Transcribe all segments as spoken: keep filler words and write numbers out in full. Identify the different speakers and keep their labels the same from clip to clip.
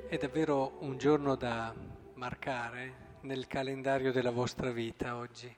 Speaker 1: È davvero un giorno da marcare nel calendario della vostra vita oggi,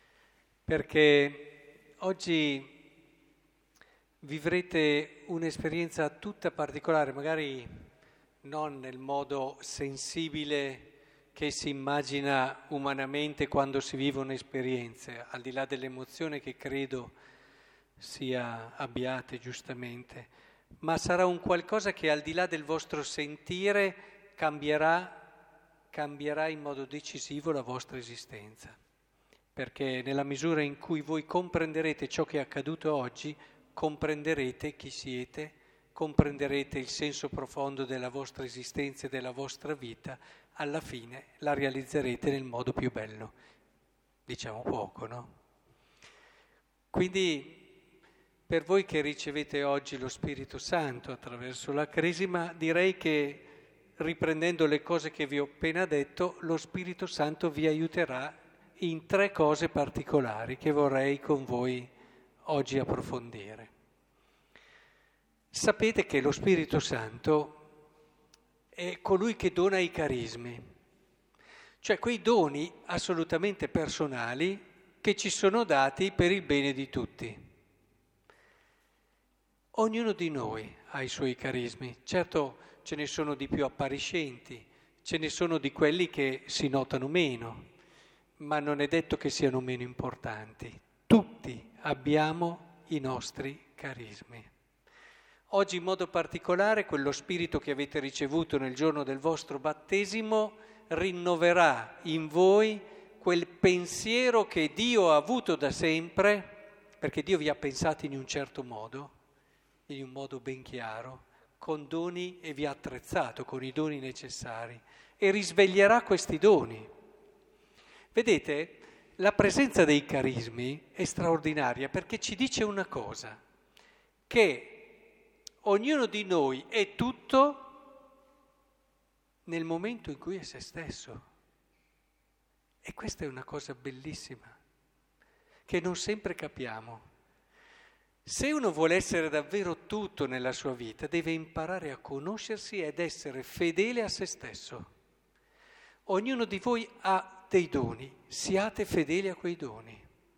Speaker 1: perché oggi vivrete un'esperienza tutta particolare, magari non nel modo sensibile che si immagina umanamente quando si vive un'esperienza, al di là dell'emozione che credo sia abbiate giustamente, ma sarà un qualcosa che al di là del vostro sentire cambierà, cambierà in modo decisivo la vostra esistenza. Perché nella misura in cui voi comprenderete ciò che è accaduto oggi, comprenderete chi siete, comprenderete il senso profondo della vostra esistenza e della vostra vita, alla fine la realizzerete nel modo più bello. Diciamo poco, no? Quindi per voi che ricevete oggi lo Spirito Santo attraverso la Cresima, direi che, riprendendo le cose che vi ho appena detto, lo Spirito Santo vi aiuterà in tre cose particolari che vorrei con voi oggi approfondire. Sapete che lo Spirito Santo è colui che dona i carismi, cioè quei doni assolutamente personali che ci sono dati per il bene di tutti. Ognuno di noi ha i suoi carismi, certo ce ne sono di più appariscenti, ce ne sono di quelli che si notano meno, ma non è detto che siano meno importanti. Tutti abbiamo i nostri carismi. Oggi in modo particolare quello spirito che avete ricevuto nel giorno del vostro battesimo rinnoverà in voi quel pensiero che Dio ha avuto da sempre, perché Dio vi ha pensati in un certo modo, in un modo ben chiaro, con doni, e vi ha attrezzato con i doni necessari e risveglierà questi doni. Vedete, la presenza dei carismi è straordinaria perché ci dice una cosa, che ognuno di noi è tutto nel momento in cui è se stesso. E questa è una cosa bellissima, che non sempre capiamo. Se uno vuole essere davvero tutto nella sua vita, deve imparare a conoscersi ed essere fedele a se stesso. Ognuno di voi ha dei doni, siate fedeli a quei doni.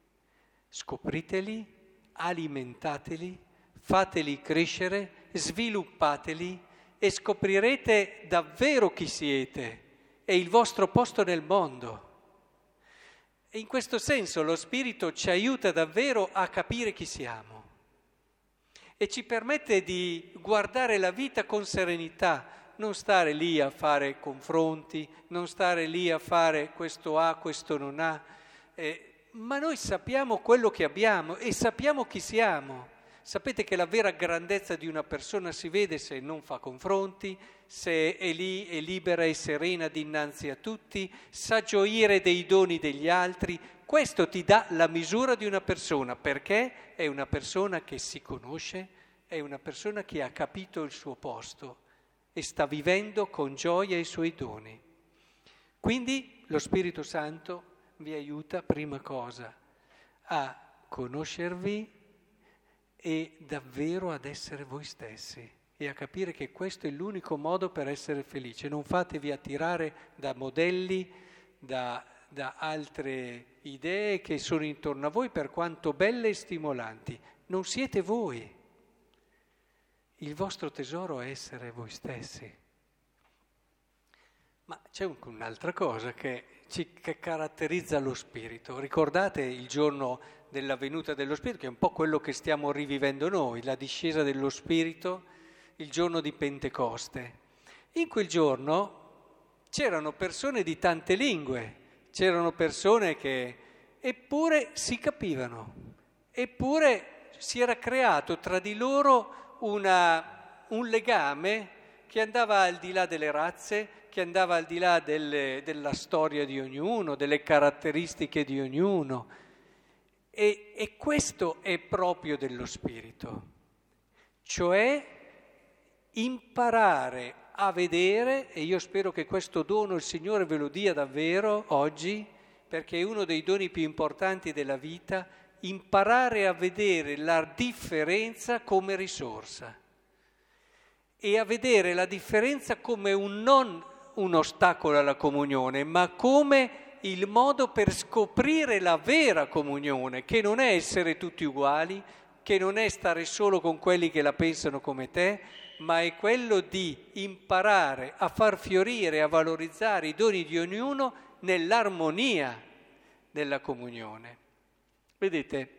Speaker 1: Scopriteli, alimentateli, fateli crescere, sviluppateli e scoprirete davvero chi siete e il vostro posto nel mondo. E in questo senso lo Spirito ci aiuta davvero a capire chi siamo. E ci permette di guardare la vita con serenità, non stare lì a fare confronti, non stare lì a fare questo ha, questo non ha, eh, ma noi sappiamo quello che abbiamo e sappiamo chi siamo. Sapete che la vera grandezza di una persona si vede se non fa confronti, se è lì, è libera e serena dinanzi a tutti, sa gioire dei doni degli altri. Questo ti dà la misura di una persona, perché è una persona che si conosce, è una persona che ha capito il suo posto e sta vivendo con gioia i suoi doni. Quindi lo Spirito Santo vi aiuta, prima cosa, a conoscervi e davvero ad essere voi stessi e a capire che questo è l'unico modo per essere felici. Non fatevi attirare da modelli, da da altre idee che sono intorno a voi, per quanto belle e stimolanti. Non siete voi. Il vostro tesoro è essere voi stessi. Ma c'è un'altra cosa che, ci, che caratterizza lo Spirito. Ricordate il giorno della venuta dello Spirito, che è un po' quello che stiamo rivivendo noi, la discesa dello Spirito, il giorno di Pentecoste. In quel giorno c'erano persone di tante lingue, c'erano persone che eppure si capivano, eppure si era creato tra di loro una, un legame che andava al di là delle razze, che andava al di là delle, della storia di ognuno, delle caratteristiche di ognuno. E, e questo è proprio dello Spirito, cioè imparare a vedere, e io spero che questo dono il Signore ve lo dia davvero oggi, perché è uno dei doni più importanti della vita, imparare a vedere la differenza come risorsa e a vedere la differenza come un non un ostacolo alla comunione, ma come il modo per scoprire la vera comunione, che non è essere tutti uguali, che non è stare solo con quelli che la pensano come te, ma è quello di imparare a far fiorire, a valorizzare i doni di ognuno nell'armonia della comunione. Vedete,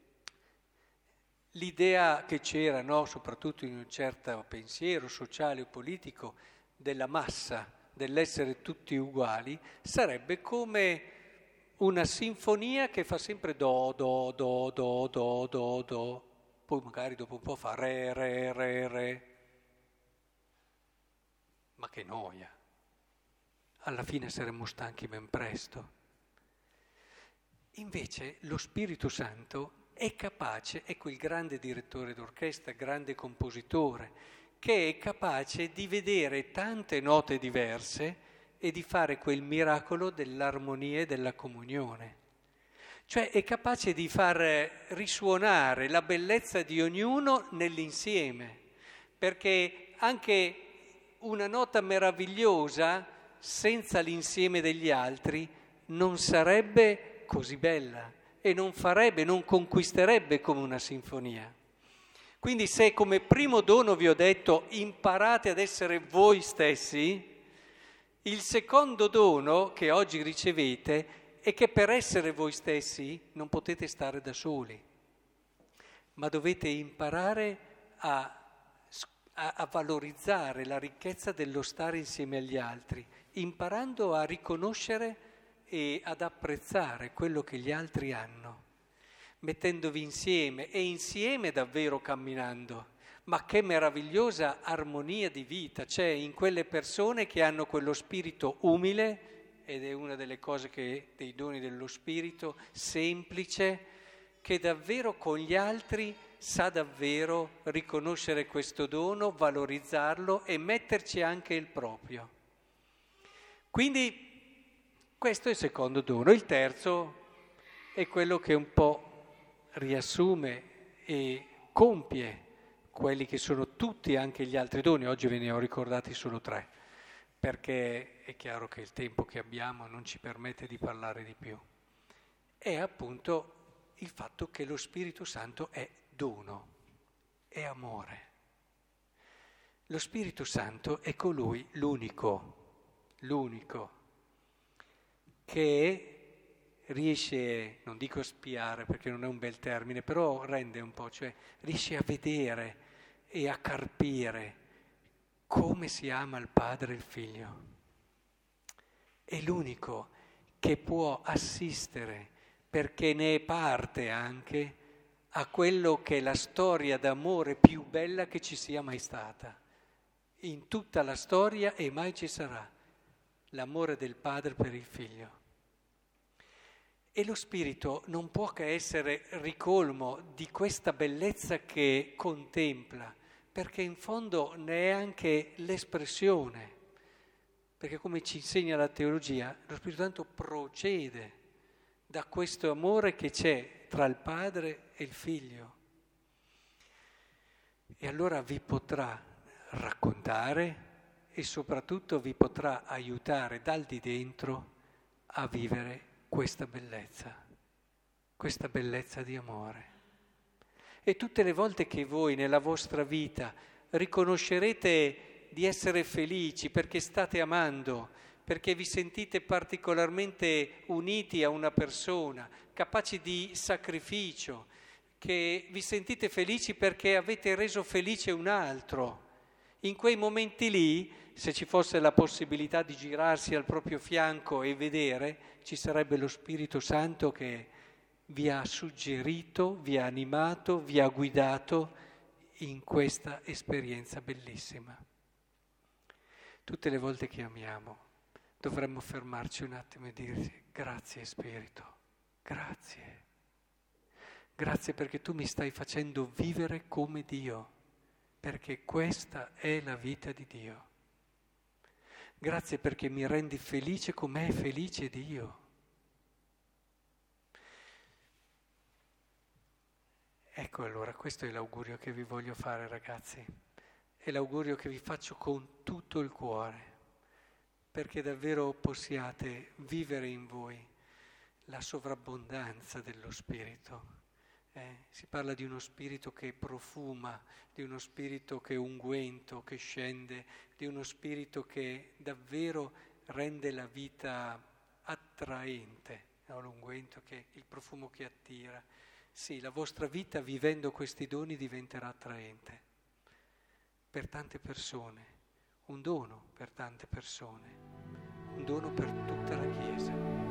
Speaker 1: l'idea che c'era, no, soprattutto in un certo pensiero sociale o politico, della massa, dell'essere tutti uguali, sarebbe come una sinfonia che fa sempre do, do, do, do, do, do, do, poi magari dopo un po' fa re, re, re, re. Ma che noia! Alla fine saremmo stanchi ben presto. Invece lo Spirito Santo è capace, è quel grande direttore d'orchestra, grande compositore, che è capace di vedere tante note diverse e di fare quel miracolo dell'armonia e della comunione. Cioè è capace di far risuonare la bellezza di ognuno nell'insieme, perché anche una nota meravigliosa senza l'insieme degli altri non sarebbe così bella e non farebbe, non conquisterebbe come una sinfonia. Quindi se come primo dono vi ho detto imparate ad essere voi stessi, il secondo dono che oggi ricevete è che per essere voi stessi non potete stare da soli, ma dovete imparare a, a, a valorizzare la ricchezza dello stare insieme agli altri, imparando a riconoscere e ad apprezzare quello che gli altri hanno, mettendovi insieme e insieme davvero camminando. Ma che meravigliosa armonia di vita c'è in quelle persone che hanno quello spirito umile, ed è una delle cose che, dei doni dello spirito, semplice, che davvero con gli altri sa davvero riconoscere questo dono, valorizzarlo e metterci anche il proprio. Quindi questo è il secondo dono. Il terzo è quello che un po' riassume e compie quelli che sono tutti anche gli altri doni. Oggi ve ne ho ricordati solo tre, perché è chiaro che il tempo che abbiamo non ci permette di parlare di più. È appunto il fatto che lo Spirito Santo è dono, è amore. Lo Spirito Santo è colui, l'unico, l'unico, che riesce, non dico a spiare perché non è un bel termine, però rende un po', cioè riesce a vedere e a carpire come si ama il padre e il figlio. È l'unico che può assistere, perché ne è parte anche, a quello che è la storia d'amore più bella che ci sia mai stata. In tutta la storia e mai ci sarà l'amore del padre per il figlio. E lo Spirito non può che essere ricolmo di questa bellezza che contempla, perché in fondo ne è anche l'espressione, perché come ci insegna la teologia, lo Spirito Santo procede da questo amore che c'è tra il Padre e il Figlio. E allora vi potrà raccontare e soprattutto vi potrà aiutare dal di dentro a vivere questa bellezza, questa bellezza di amore. E tutte le volte che voi nella vostra vita riconoscerete di essere felici perché state amando, perché vi sentite particolarmente uniti a una persona, capaci di sacrificio, che vi sentite felici perché avete reso felice un altro, in quei momenti lì, se ci fosse la possibilità di girarsi al proprio fianco e vedere, ci sarebbe lo Spirito Santo che vi ha suggerito, vi ha animato, vi ha guidato in questa esperienza bellissima. Tutte le volte che amiamo dovremmo fermarci un attimo e dirci grazie Spirito, grazie. Grazie perché tu mi stai facendo vivere come Dio, perché questa è la vita di Dio. Grazie perché mi rendi felice come è felice Dio. Ecco allora, questo è l'augurio che vi voglio fare ragazzi. è l'augurio che vi faccio con tutto il cuore, perché davvero possiate vivere in voi la sovrabbondanza dello Spirito. Eh, si parla di uno spirito che profuma, di uno spirito che è unguento, che scende, di uno spirito che davvero rende la vita attraente, no? L'unguento che è il profumo che attira. Sì, la vostra vita vivendo questi doni diventerà attraente per tante persone, un dono per tante persone, un dono per tutta la Chiesa.